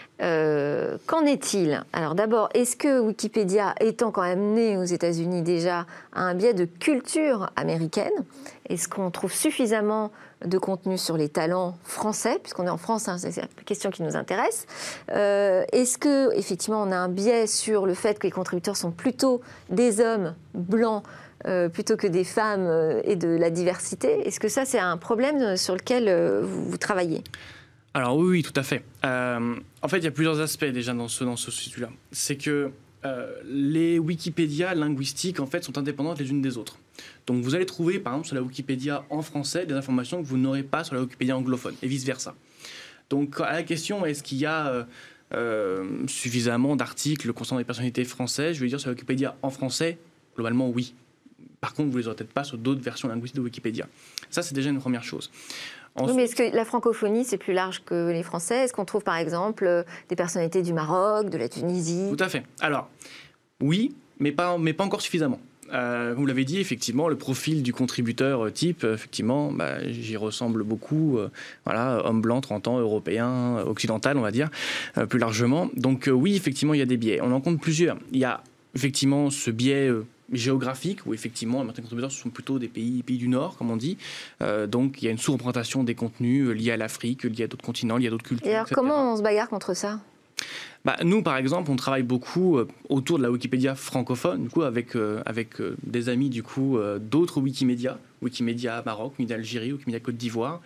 Euh, qu'en est-il ? Alors d'abord, est-ce que Wikipédia, étant quand même né aux États-Unis déjà, a un biais de culture américaine ? Est-ce qu'on trouve suffisamment de contenu sur les talents français, puisqu'on est en France, hein, c'est la question qui nous intéresse. Euh, est-ce que effectivement on a un biais sur le fait que les contributeurs sont plutôt des hommes blancs euh, plutôt que des femmes euh, et de la diversité ? Est-ce que ça c'est un problème sur lequel euh, vous, vous travaillez ? Alors oui, oui, tout à fait. Euh, en fait, il y a plusieurs aspects déjà dans ce dans ce sujet-là. C'est que euh, les Wikipédia linguistiques en fait sont indépendantes les unes des autres. Donc vous allez trouver par exemple sur la Wikipédia en français des informations que vous n'aurez pas sur la Wikipédia anglophone et vice versa. Donc à la question est-ce qu'il y a euh, euh, suffisamment d'articles concernant les personnalités françaises, je vais dire sur la Wikipédia en français, globalement oui. Par contre, vous ne les aurez peut-être pas sur d'autres versions linguistiques de Wikipédia. Ça, c'est déjà une première chose. Ensuite... Oui, mais est-ce que la francophonie, c'est plus large que les Français ? Est-ce qu'on trouve, par exemple, des personnalités du Maroc, de la Tunisie ? Tout à fait. Alors, oui, mais pas, mais pas encore suffisamment. Euh, vous l'avez dit, effectivement, le profil du contributeur type, effectivement, bah, j'y ressemble beaucoup. Euh, voilà, homme blanc, trente ans, européen, occidental, on va dire, euh, plus largement. Donc, euh, oui, effectivement, il y a des biais. On en compte plusieurs. Il y a effectivement ce biais... Euh, géographique, où effectivement, certains contributeurs sont plutôt des pays, pays du Nord, comme on dit. Euh, donc, il y a une sous-représentation des contenus liés à l'Afrique, liés à d'autres continents, liés à d'autres cultures. Et alors, et cetera. Comment on se bagarre contre ça ? Bah, nous, par exemple, on travaille beaucoup euh, autour de la Wikipédia francophone, du coup, avec, euh, avec euh, des amis du coup, euh, d'autres Wikimédia, Wikimédia Maroc, Wikimédia Algérie, Wikimédia Côte d'Ivoire.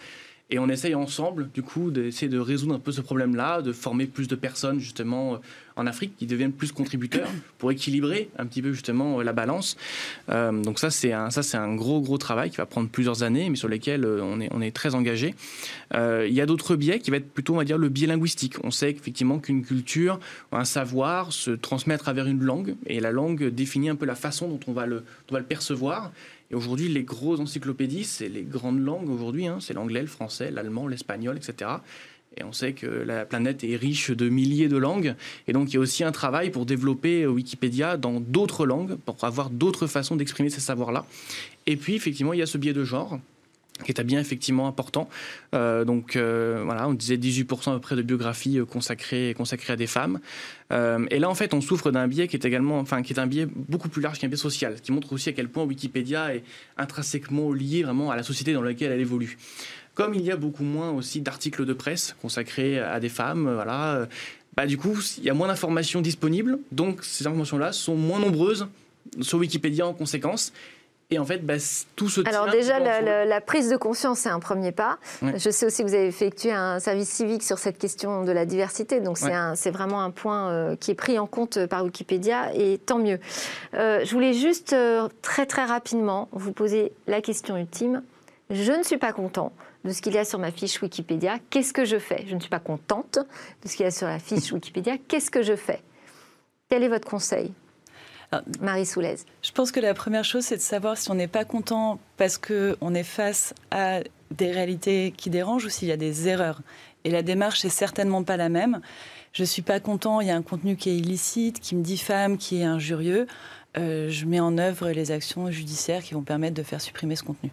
Et on essaye ensemble, du coup, d'essayer de résoudre un peu ce problème-là, de former plus de personnes, justement, en Afrique, qui deviennent plus contributeurs pour équilibrer un petit peu, justement, la balance. Euh, donc ça, c'est un, ça, c'est un gros, gros travail qui va prendre plusieurs années, mais sur lesquels on est, on est très engagé. Euh, il y a d'autres biais qui va être plutôt, on va dire, le biais linguistique. On sait qu'effectivement, qu'une culture, un savoir se transmet à travers une langue, et la langue définit un peu la façon dont on va le, dont on va le percevoir. Et aujourd'hui, les grosses encyclopédies, c'est les grandes langues aujourd'hui, hein, c'est l'anglais, le français, l'allemand, l'espagnol, et cetera. Et on sait que la planète est riche de milliers de langues. Et donc, il y a aussi un travail pour développer Wikipédia dans d'autres langues, pour avoir d'autres façons d'exprimer ces savoirs-là. Et puis, effectivement, il y a ce biais de genre, qui est bien effectivement important. Euh, donc euh, voilà, on disait dix-huit pour cent à peu près de biographies consacrées, consacrées à des femmes. Euh, et là, en fait, on souffre d'un biais qui est également, enfin, qui est un biais beaucoup plus large qu'un biais social, qui montre aussi à quel point Wikipédia est intrinsèquement lié vraiment à la société dans laquelle elle évolue. Comme il y a beaucoup moins aussi d'articles de presse consacrés à des femmes, voilà, bah, du coup, il y a moins d'informations disponibles, donc ces informations-là sont moins nombreuses sur Wikipédia en conséquence. Et en fait, bah, tout se tient. Alors déjà, la, la, la prise de conscience, c'est un premier pas. Ouais. Je sais aussi que vous avez effectué un service civique sur cette question de la diversité. Donc c'est, ouais. un, c'est vraiment un point euh, qui est pris en compte par Wikipédia, et tant mieux. Euh, je voulais juste euh, très très rapidement vous poser la question ultime. Je ne suis pas content de ce qu'il y a sur ma fiche Wikipédia. Qu'est-ce que je fais ? Je ne suis pas contente de ce qu'il y a sur la fiche Wikipédia. Qu'est-ce que je fais ? Quel est votre conseil ? Marie Soulez. Je pense que la première chose, c'est de savoir si on n'est pas content parce qu'on est face à des réalités qui dérangent ou s'il y a des erreurs. Et la démarche n'est certainement pas la même. Je ne suis pas content, il y a un contenu qui est illicite, qui me diffame, qui est injurieux. Euh, je mets en œuvre les actions judiciaires qui vont permettre de faire supprimer ce contenu.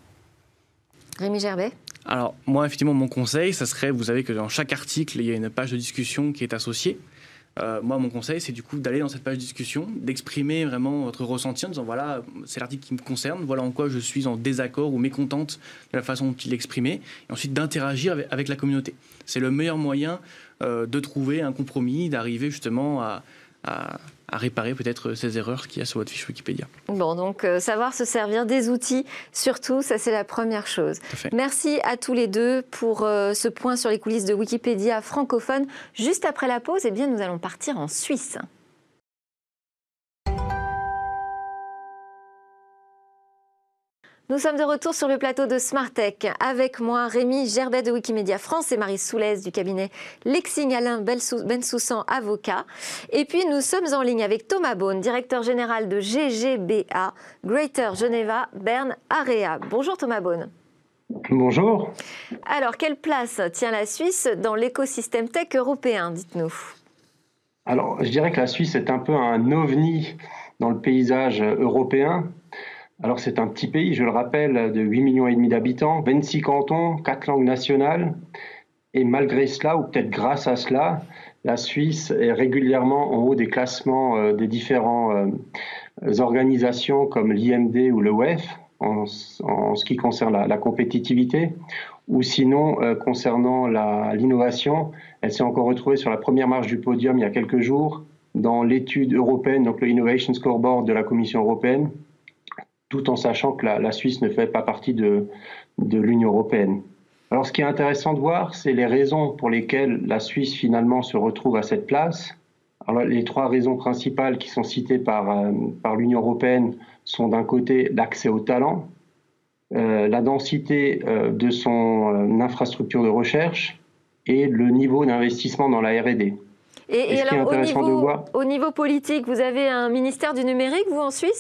Rémi Gerbet. Alors, moi, effectivement, mon conseil, ça serait, vous savez que dans chaque article, il y a une page de discussion qui est associée. Euh, moi, mon conseil, c'est du coup d'aller dans cette page de discussion, d'exprimer vraiment votre ressenti en disant voilà, c'est l'article qui me concerne, voilà en quoi je suis en désaccord ou mécontente de la façon dont il est exprimé, et ensuite d'interagir avec, avec la communauté. C'est le meilleur moyen euh, de trouver un compromis, d'arriver justement à, à, à réparer peut-être ces erreurs qu'il y a sur votre fiche Wikipédia. Bon, donc euh, savoir se servir des outils, surtout, ça c'est la première chose. Merci à tous les deux pour euh, ce point sur les coulisses de Wikipédia francophone. Juste après la pause, eh bien, nous allons partir en Suisse. Nous sommes de retour sur le plateau de Smartech. Avec moi, Rémi Gerbet de Wikimedia France et Marie Soulez du cabinet Lexing Alain Bensoussan, avocat. Et puis, nous sommes en ligne avec Thomas Beaune, directeur général de G G B A, Greater Geneva Bern Area. Bonjour Thomas Beaune. Bonjour. Alors, quelle place tient la Suisse dans l'écosystème tech européen, dites-nous? Alors, je dirais que la Suisse est un peu un ovni dans le paysage européen. Alors c'est un petit pays, je le rappelle, de huit millions et demi d'habitants, vingt-six cantons, quatre langues nationales. Et malgré cela, ou peut-être grâce à cela, la Suisse est régulièrement en haut des classements des différentes organisations comme l'I M D ou le W E F, en, en ce qui concerne la, la compétitivité. Ou sinon, euh, concernant la, l'innovation, elle s'est encore retrouvée sur la première marche du podium il y a quelques jours dans l'étude européenne, donc le Innovation Scoreboard de la Commission européenne, tout en sachant que la, la Suisse ne fait pas partie de, de l'Union européenne. Alors ce qui est intéressant de voir, c'est les raisons pour lesquelles la Suisse finalement se retrouve à cette place. Alors, les trois raisons principales qui sont citées par, euh, par l'Union européenne sont d'un côté l'accès au talent, euh, la densité euh, de son euh, infrastructure de recherche et le niveau d'investissement dans la R et D. Et, et, et alors au niveau, voir, au niveau politique, vous avez un ministère du numérique, vous, en Suisse ?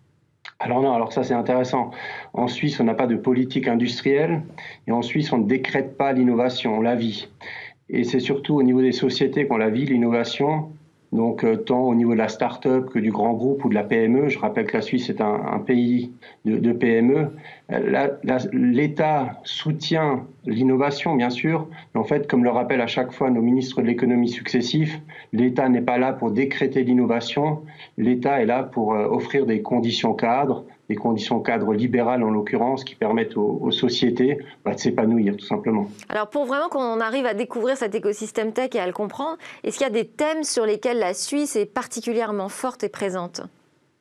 Alors non, alors ça c'est intéressant. En Suisse, on n'a pas de politique industrielle et en Suisse, on ne décrète pas l'innovation, on la vit. Et c'est surtout au niveau des sociétés qu'on la vit, l'innovation, donc euh, tant au niveau de la start-up que du grand groupe ou de la P M E. Je rappelle que la Suisse est un, un pays de, de P M E. La, la, L'État soutient l'innovation, bien sûr, mais en fait, comme le rappellent à chaque fois nos ministres de l'économie successifs, l'État n'est pas là pour décréter l'innovation, l'État est là pour euh, offrir des conditions cadres, des conditions cadres libérales en l'occurrence, qui permettent aux, aux sociétés bah, de s'épanouir tout simplement. Alors pour vraiment qu'on arrive à découvrir cet écosystème tech et à le comprendre, est-ce qu'il y a des thèmes sur lesquels la Suisse est particulièrement forte et présente ?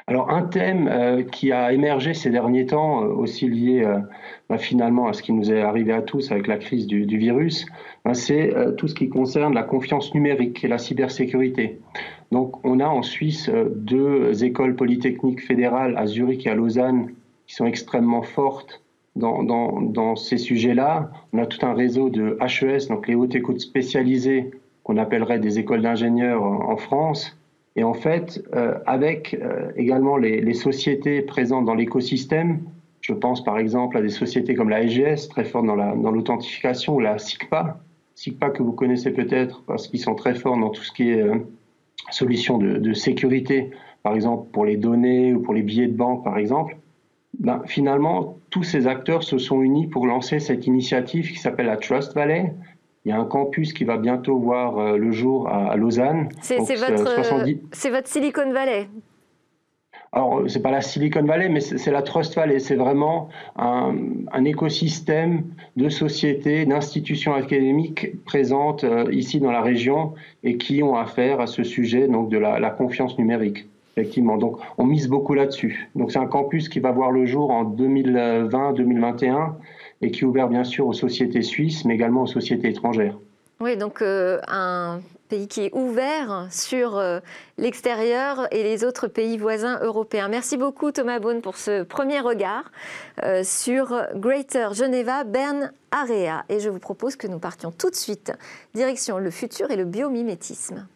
Alors un thème euh, qui a émergé ces derniers temps, euh, aussi lié euh, bah, finalement à ce qui nous est arrivé à tous avec la crise du, du virus, bah, c'est euh, tout ce qui concerne la confiance numérique et la cybersécurité. Donc on a en Suisse euh, deux écoles polytechniques fédérales à Zurich et à Lausanne qui sont extrêmement fortes dans, dans, dans ces sujets-là. On a tout un réseau de H E S, donc les hautes écoles spécialisées, qu'on appellerait des écoles d'ingénieurs en, en France. Et en fait, euh, avec euh, également les, les sociétés présentes dans l'écosystème, je pense par exemple à des sociétés comme la S G S, très fortes dans, la, dans l'authentification, ou la SIGPA, SIGPA que vous connaissez peut-être parce qu'ils sont très forts dans tout ce qui est euh, solutions de, de sécurité, par exemple pour les données ou pour les billets de banque par exemple. Ben, finalement, tous ces acteurs se sont unis pour lancer cette initiative qui s'appelle la Trust Valley. Il y a un campus qui va bientôt voir euh, le jour à, à Lausanne. C'est, c'est, votre, soixante-dix... c'est votre Silicon Valley. Alors, ce n'est pas la Silicon Valley, mais c'est, c'est la Trust Valley. C'est vraiment un, un écosystème de sociétés, d'institutions académiques présentes euh, ici dans la région et qui ont affaire à ce sujet donc, de la, la confiance numérique. Effectivement, donc on mise beaucoup là-dessus. Donc c'est un campus qui va voir le jour en deux mille vingt deux mille vingt et un et qui est ouvert bien sûr aux sociétés suisses, mais également aux sociétés étrangères. Oui, donc euh, un pays qui est ouvert sur euh, l'extérieur et les autres pays voisins européens. Merci beaucoup Thomas Beaune pour ce premier regard euh, sur Greater Geneva Bern Area. Et je vous propose que nous partions tout de suite direction le futur et le biomimétisme.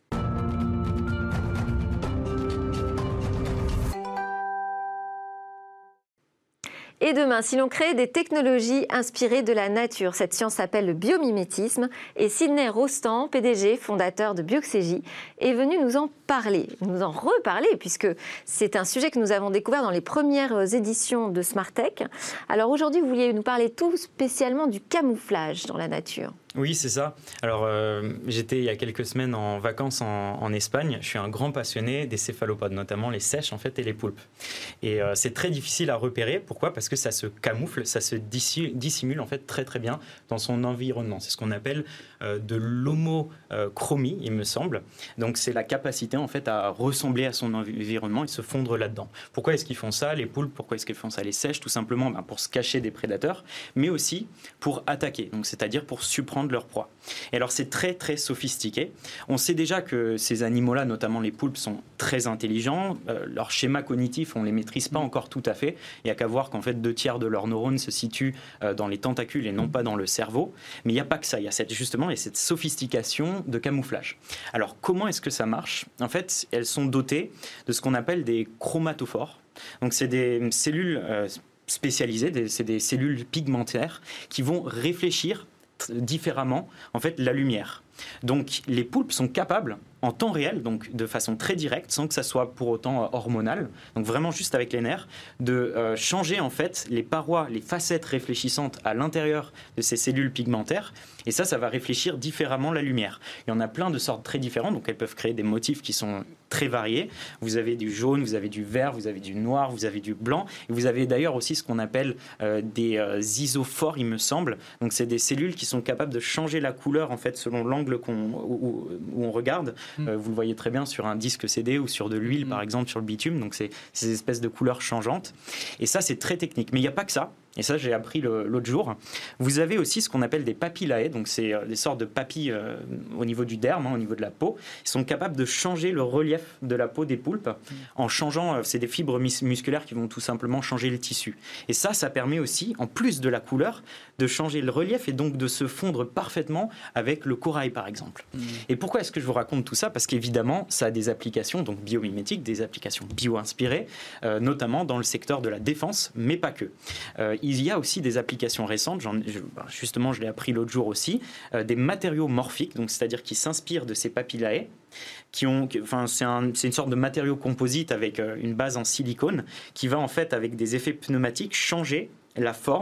Et demain, si l'on crée des technologies inspirées de la nature, cette science s'appelle le biomimétisme et Sidney Rostand, P D G, fondateur de Bioxégie, est venu nous en parler, nous en reparler, puisque c'est un sujet que nous avons découvert dans les premières éditions de Smartech. Alors aujourd'hui, vous vouliez nous parler tout spécialement du camouflage dans la nature. Oui, c'est ça. Alors, euh, j'étais il y a quelques semaines en vacances en, en Espagne. Je suis un grand passionné des céphalopodes, notamment les seiches en fait et les poulpes. Et euh, c'est très difficile à repérer. Pourquoi ? Parce que ça se camoufle, ça se dissimule en fait très très bien dans son environnement. C'est ce qu'on appelle euh, de l'homochromie, il me semble. Donc, c'est la capacité en fait à ressembler à son environnement et se fondre là-dedans. Pourquoi est-ce qu'ils font ça, les poulpes ? Pourquoi est-ce qu'ils font ça, les seiches ? Tout simplement ben, pour se cacher des prédateurs, mais aussi pour attaquer. Donc, c'est-à-dire pour surprendre de leur proie. Et alors c'est très très sophistiqué. On sait déjà que ces animaux-là, notamment les poulpes, sont très intelligents. Euh, leur schéma cognitif, on ne les maîtrise pas encore tout à fait. Il n'y a qu'à voir qu'en fait deux tiers de leurs neurones se situent euh, dans les tentacules et non pas dans le cerveau. Mais il n'y a pas que ça. Il y a cette, justement il y a cette sophistication de camouflage. Alors comment est-ce que ça marche ? En fait, elles sont dotées de ce qu'on appelle des chromatophores. Donc c'est des cellules euh, spécialisées, des, c'est des cellules pigmentaires qui vont réfléchir différemment en fait la lumière. Donc les poulpes sont capables en temps réel, donc de façon très directe, sans que ça soit pour autant euh, hormonal, donc vraiment juste avec les nerfs, de euh, changer en fait les parois, les facettes réfléchissantes à l'intérieur de ces cellules pigmentaires, et ça, ça va réfléchir différemment la lumière. Il y en a plein de sortes très différentes, donc elles peuvent créer des motifs qui sont très variés. Vous avez du jaune, vous avez du vert, vous avez du noir, vous avez du blanc, et vous avez d'ailleurs aussi ce qu'on appelle euh, des euh, isophores, il me semble. Donc c'est des cellules qui sont capables de changer la couleur en fait selon l'angle qu'on, où, où on regarde. Euh, vous le voyez très bien sur un disque C D ou sur de l'huile, par exemple, sur le bitume. Donc, c'est ces espèces de couleurs changeantes. Et ça, c'est très technique. Mais il n'y a pas que ça. Et ça, j'ai appris le, l'autre jour. Vous avez aussi ce qu'on appelle des papillae. Donc, c'est des sortes de papilles euh, au niveau du derme, hein, au niveau de la peau. Ils sont capables de changer le relief de la peau des poulpes en changeant. Euh, c'est des fibres mus- musculaires qui vont tout simplement changer le tissu. Et ça, ça permet aussi, en plus de la couleur, de changer le relief et donc de se fondre parfaitement avec le corail, par exemple. Mmh. Et pourquoi est-ce que je vous raconte tout ça ? Parce qu'évidemment, ça a des applications donc biomimétiques, des applications bio-inspirées, euh, notamment dans le secteur de la défense, mais pas que. Euh, il y a aussi des applications récentes, j'en, je, justement je l'ai appris l'autre jour aussi, euh, des matériaux morphiques, donc c'est-à-dire qui s'inspirent de ces papillae, qui ont, enfin c'est, un, c'est une sorte de matériau composite avec euh, une base en silicone qui va en fait avec des effets pneumatiques changer la forme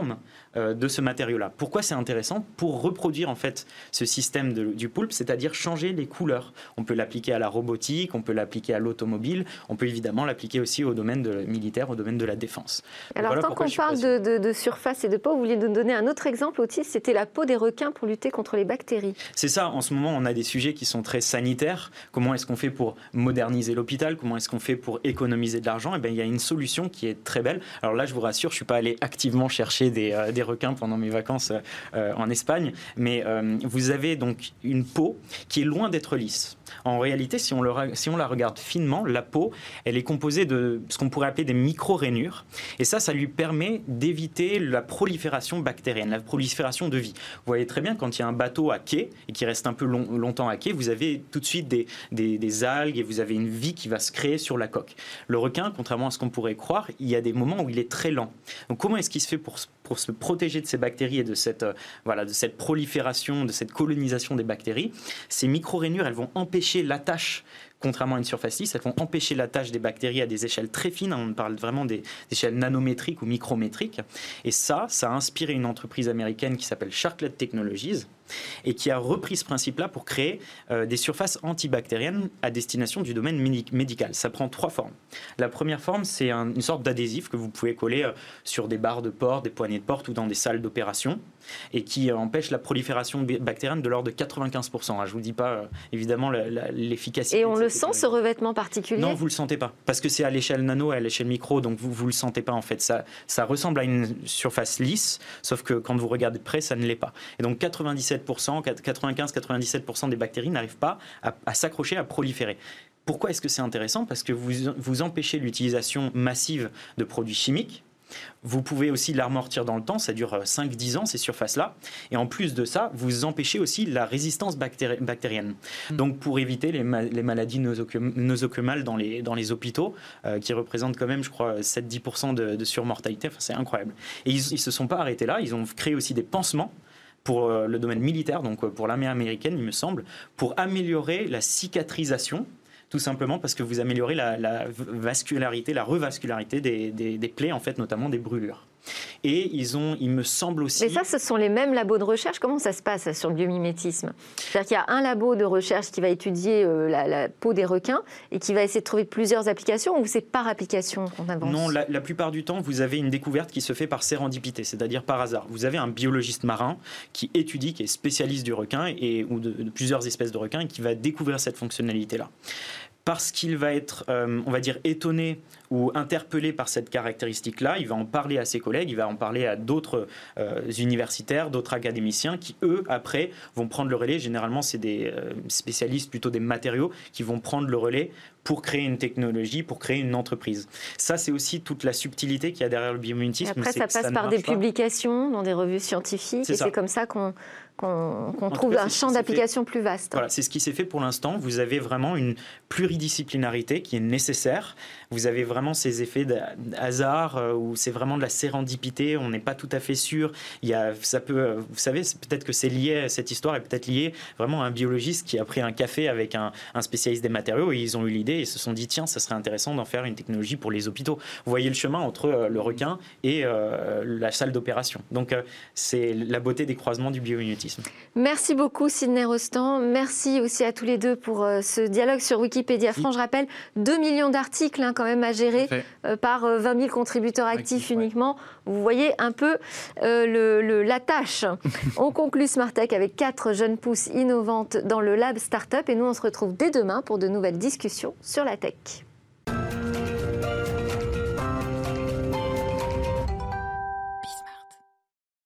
euh, de ce matériau-là. Pourquoi c'est intéressant? Pour reproduire en fait ce système de, du poulpe, c'est-à-dire changer les couleurs. On peut l'appliquer à la robotique, on peut l'appliquer à l'automobile, on peut évidemment l'appliquer aussi au domaine de, militaire, au domaine de la défense. Alors voilà tant qu'on parle de, de, de surface et de peau, vous vouliez nous donner un autre exemple aussi, c'était la peau des requins pour lutter contre les bactéries. C'est ça, en ce moment on a des sujets qui sont très sanitaires. Comment est-ce qu'on fait pour moderniser l'hôpital? Comment est-ce qu'on fait pour économiser de l'argent? Eh bien, il y a une solution qui est très belle. Alors là, je vous rassure, je ne suis pas allé activement chercher des, euh, des requins pendant mes vacances euh, en Espagne, mais euh, vous avez donc une peau qui est loin d'être lisse. En réalité, si on, le, si on la regarde finement, la peau, elle est composée de ce qu'on pourrait appeler des micro-rainures. Et ça, ça lui permet d'éviter la prolifération bactérienne, la prolifération de vie. Vous voyez très bien, quand il y a un bateau à quai et qui reste un peu long, longtemps à quai, vous avez tout de suite des, des, des algues et vous avez une vie qui va se créer sur la coque. Le requin, contrairement à ce qu'on pourrait croire, il y a des moments où il est très lent. Donc comment est-ce qu'il se fait pour, pour se protéger de ces bactéries et de cette, euh, voilà, de cette prolifération, de cette colonisation des bactéries? Ces micro-rainures, elles vont empêcher l'attache, contrairement à une surface lisse, elles vont empêcher l'attache des bactéries à des échelles très fines. On parle vraiment des, des échelles nanométriques ou micrométriques. Et ça, ça a inspiré une entreprise américaine qui s'appelle Sharklet Technologies et qui a repris ce principe-là pour créer euh, des surfaces antibactériennes à destination du domaine médical. Ça prend trois formes. La première forme, c'est un, une sorte d'adhésif que vous pouvez coller euh, sur des barres de porte, des poignées de porte ou dans des salles d'opération et qui euh, empêche la prolifération bactérienne de l'ordre de quatre-vingt-quinze pour cent. Je ne vous dis pas, euh, évidemment, l'efficacité. Et on le sent, ce revêtement particulier? Non, vous ne le sentez pas. Parce que c'est à l'échelle nano et à l'échelle micro, donc vous ne le sentez pas en fait. Ça, ça ressemble à une surface lisse, sauf que quand vous regardez de près, ça ne l'est pas. Et donc quatre-vingt-dix-sept pour cent, quatre-vingt-quinze à quatre-vingt-dix-sept pour cent des bactéries n'arrivent pas à, à s'accrocher, à proliférer. Pourquoi est-ce que c'est intéressant? Parce que vous, vous empêchez l'utilisation massive de produits chimiques. Vous pouvez aussi l'amortir dans le temps, ça dure cinq à dix ans ces surfaces-là. Et en plus de ça, vous empêchez aussi la résistance bactéri bactérienne. Mmh. Donc pour éviter les, ma les maladies nosocomiales dans les, dans les hôpitaux, euh, qui représentent quand même, je crois, sept à dix pour cent de, de surmortalité, enfin, c'est incroyable. Et ils ne se sont pas arrêtés là, ils ont créé aussi des pansements pour le domaine militaire, donc pour l'armée américaine, il me semble, pour améliorer la cicatrisation, tout simplement parce que vous améliorez la, la vascularité, la revascularité des, des, des plaies, en fait, notamment des brûlures. Et ils ont, il me semble aussi... Mais ça, ce sont les mêmes labos de recherche. Comment ça se passe sur le biomimétisme? C'est-à-dire qu'il y a un labo de recherche qui va étudier euh, la, la peau des requins et qui va essayer de trouver plusieurs applications, ou c'est par application qu'on avance? Non, la, la plupart du temps, vous avez une découverte qui se fait par sérendipité, c'est-à-dire par hasard. Vous avez un biologiste marin qui étudie, qui est spécialiste du requin et, ou de, de plusieurs espèces de requins et qui va découvrir cette fonctionnalité-là. Parce qu'il va être, euh, on va dire, étonné ou interpellé par cette caractéristique-là, il va en parler à ses collègues, il va en parler à d'autres euh, universitaires, d'autres académiciens qui, eux, après, vont prendre le relais. Généralement, c'est des euh, spécialistes plutôt des matériaux qui vont prendre le relais pour créer une technologie, pour créer une entreprise. Ça, c'est aussi toute la subtilité qu'il y a derrière le biomimétisme. Après, ça passe par des publications dans des revues scientifiques, et c'est comme ça qu'on qu'on qu'on trouve cas, un champ d'application plus vaste. Voilà, c'est ce qui s'est fait pour l'instant. Vous avez vraiment une pluridisciplinarité qui est nécessaire. Vous avez vraiment ces effets de hasard euh, où c'est vraiment de la sérendipité. On n'est pas tout à fait sûr. Il y a, ça peut, vous savez, peut-être que c'est lié, cette histoire est peut-être liée vraiment à un biologiste qui a pris un café avec un, un spécialiste des matériaux et ils ont eu l'idée et se sont dit tiens, ça serait intéressant d'en faire une technologie pour les hôpitaux. Vous voyez le chemin entre euh, le requin et euh, la salle d'opération. Donc euh, c'est la beauté des croisements du biomimétisme. Merci beaucoup Sidney Rostand. Merci aussi à tous les deux pour euh, ce dialogue sur Wikipédia France. Je rappelle, deux millions d'articles hein, quand même à gérer euh, par euh, vingt mille contributeurs actifs Actif, uniquement. Ouais. Vous voyez un peu euh, le, le, la tâche. On conclut Smartech avec quatre jeunes pousses innovantes dans le Lab Startup et nous on se retrouve dès demain pour de nouvelles discussions sur la tech.